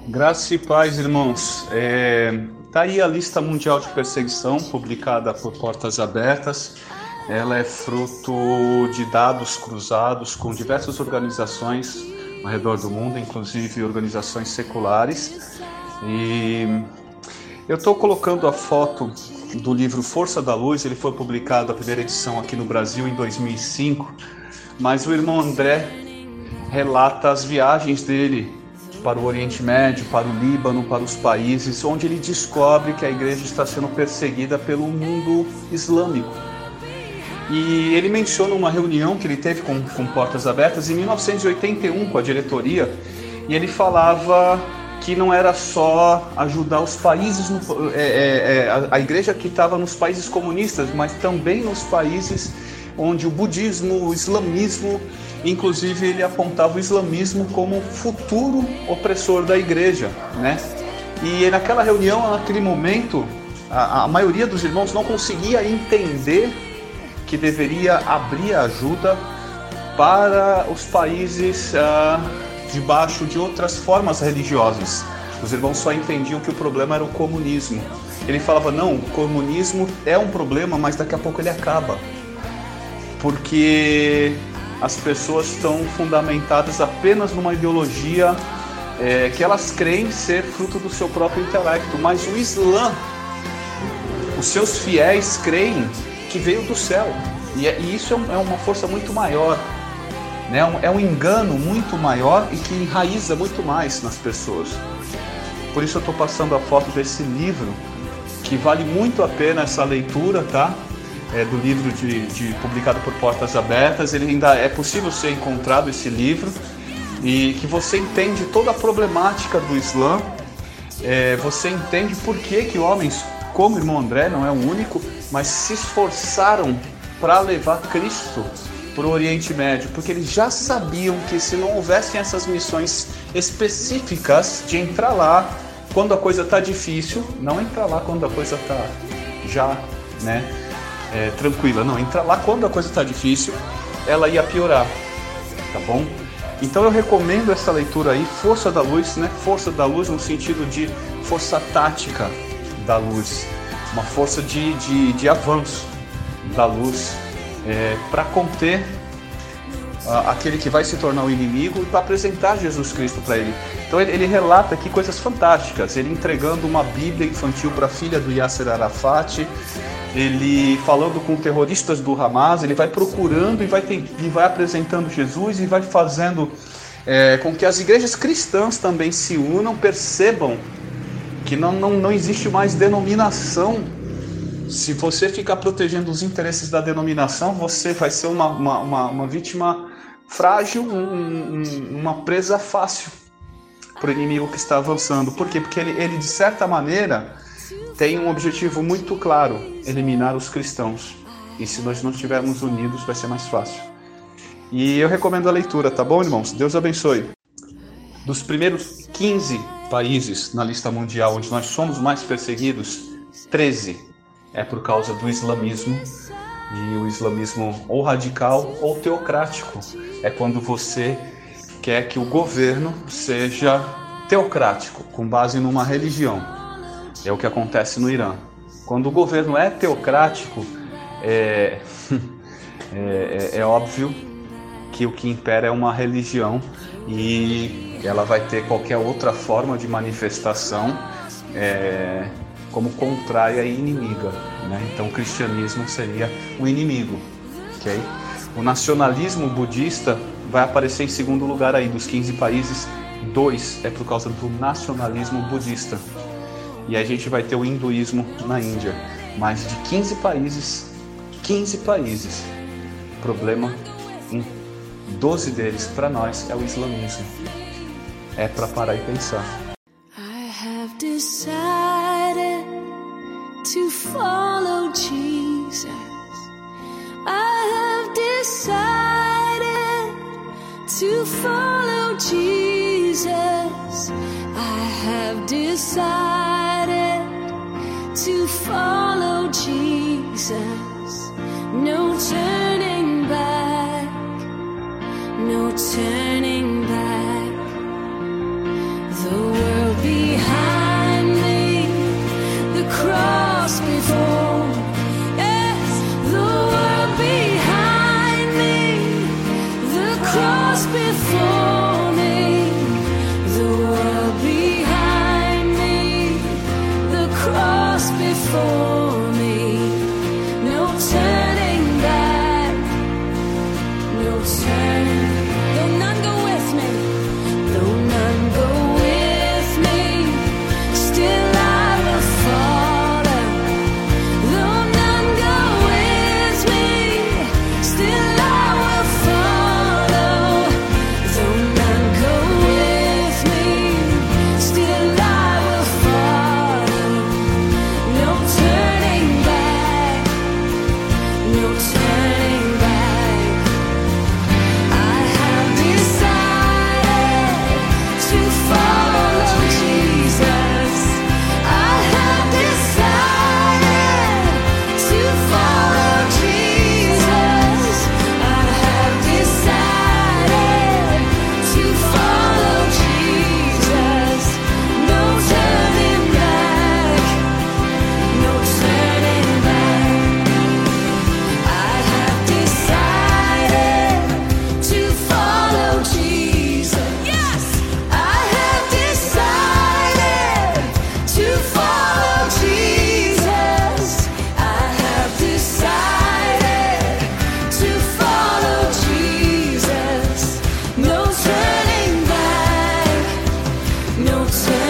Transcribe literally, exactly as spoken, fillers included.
Graça e paz, irmãos. É, tá aí a lista mundial de perseguição, publicada por Portas Abertas. Ela é fruto de dados cruzados com diversas organizações ao redor do mundo, inclusive organizações seculares. E eu estou colocando a foto do livro Força da Luz. Ele foi publicado, a primeira edição aqui no Brasil, em dois mil e cinco. Mas o irmão André relata as viagens dele para o Oriente Médio, para o Líbano, para os países onde ele descobre que a igreja está sendo perseguida pelo mundo islâmico. E ele menciona uma reunião que ele teve com, com Portas Abertas em mil novecentos e oitenta e um com a diretoria, e ele falava que não era só ajudar os países, no, é, é, a, a igreja que estava nos países comunistas, mas também nos países onde o budismo, o islamismo, inclusive ele apontava o islamismo como futuro opressor da igreja, né? E naquela reunião, naquele momento, a, a maioria dos irmãos não conseguia entender que deveria abrir ajuda para os países ah, debaixo de outras formas religiosas. Os irmãos só entendiam que o problema era o comunismo. Ele falava, não, o comunismo é um problema, mas daqui a pouco ele acaba. Porque as pessoas estão fundamentadas apenas numa ideologia é, que elas creem ser fruto do seu próprio intelecto. Mas o Islã, os seus fiéis creem que veio do céu. E, é, e isso é uma força muito maior, né? É um engano muito maior e que enraiza muito mais nas pessoas. Por isso eu estou passando a foto desse livro, que vale muito a pena essa leitura, tá? É, do livro de, de, publicado por Portas Abertas. Ele ainda é possível ser encontrado, esse livro, e que você entende toda a problemática do Islã. É, você entende por que que homens como o irmão André, não é o único, mas se esforçaram para levar Cristo para o Oriente Médio, porque eles já sabiam que se não houvessem essas missões específicas de entrar lá quando a coisa está difícil, não entrar lá quando a coisa está já, né, É, tranquila, não, entrar lá quando a coisa está difícil, ela ia piorar, tá bom? Então eu recomendo essa leitura aí, Força da Luz, né? Força da Luz no sentido de força tática da luz, uma força de, de, de avanço da luz, é, para conter a, aquele que vai se tornar o inimigo e para apresentar Jesus Cristo para ele. Então ele, ele relata aqui coisas fantásticas, ele entregando uma Bíblia infantil para a filha do Yasser Arafat, ele falando com terroristas do Hamas, ele vai procurando e vai, ter, e vai apresentando Jesus e vai fazendo é, com que as igrejas cristãs também se unam, percebam que não, não, não existe mais denominação. Se você ficar protegendo os interesses da denominação, você vai ser uma, uma, uma, uma vítima frágil, um, um, uma presa fácil para o inimigo que está avançando. Por quê? Porque ele, ele de certa maneira, tem um objetivo muito claro: eliminar os cristãos. E se nós não estivermos unidos, vai ser mais fácil. E eu recomendo a leitura, tá bom, irmãos? Deus abençoe. Dos primeiros quinze países na lista mundial onde nós somos mais perseguidos, treze é por causa do islamismo. E o islamismo ou radical ou teocrático. É quando você quer que o governo seja teocrático, com base numa religião. É o que acontece no Irã. Quando o governo é teocrático, é, é, é óbvio que o que impera é uma religião e ela vai ter qualquer outra forma de manifestação é, como contrária e inimiga, né? Então o cristianismo seria um inimigo, ok? O nacionalismo budista vai aparecer em segundo lugar aí, dos quinze países, dois é por causa do nacionalismo budista. E a gente vai ter o hinduísmo na Índia. Mais de quinze países, quinze países. O problema em doze deles, para nós, é o islamismo. É para parar e pensar. I have decided to follow Jesus. I have decided to follow Jesus. I have decided to follow Jesus. No turning back, no turning back. The world turn.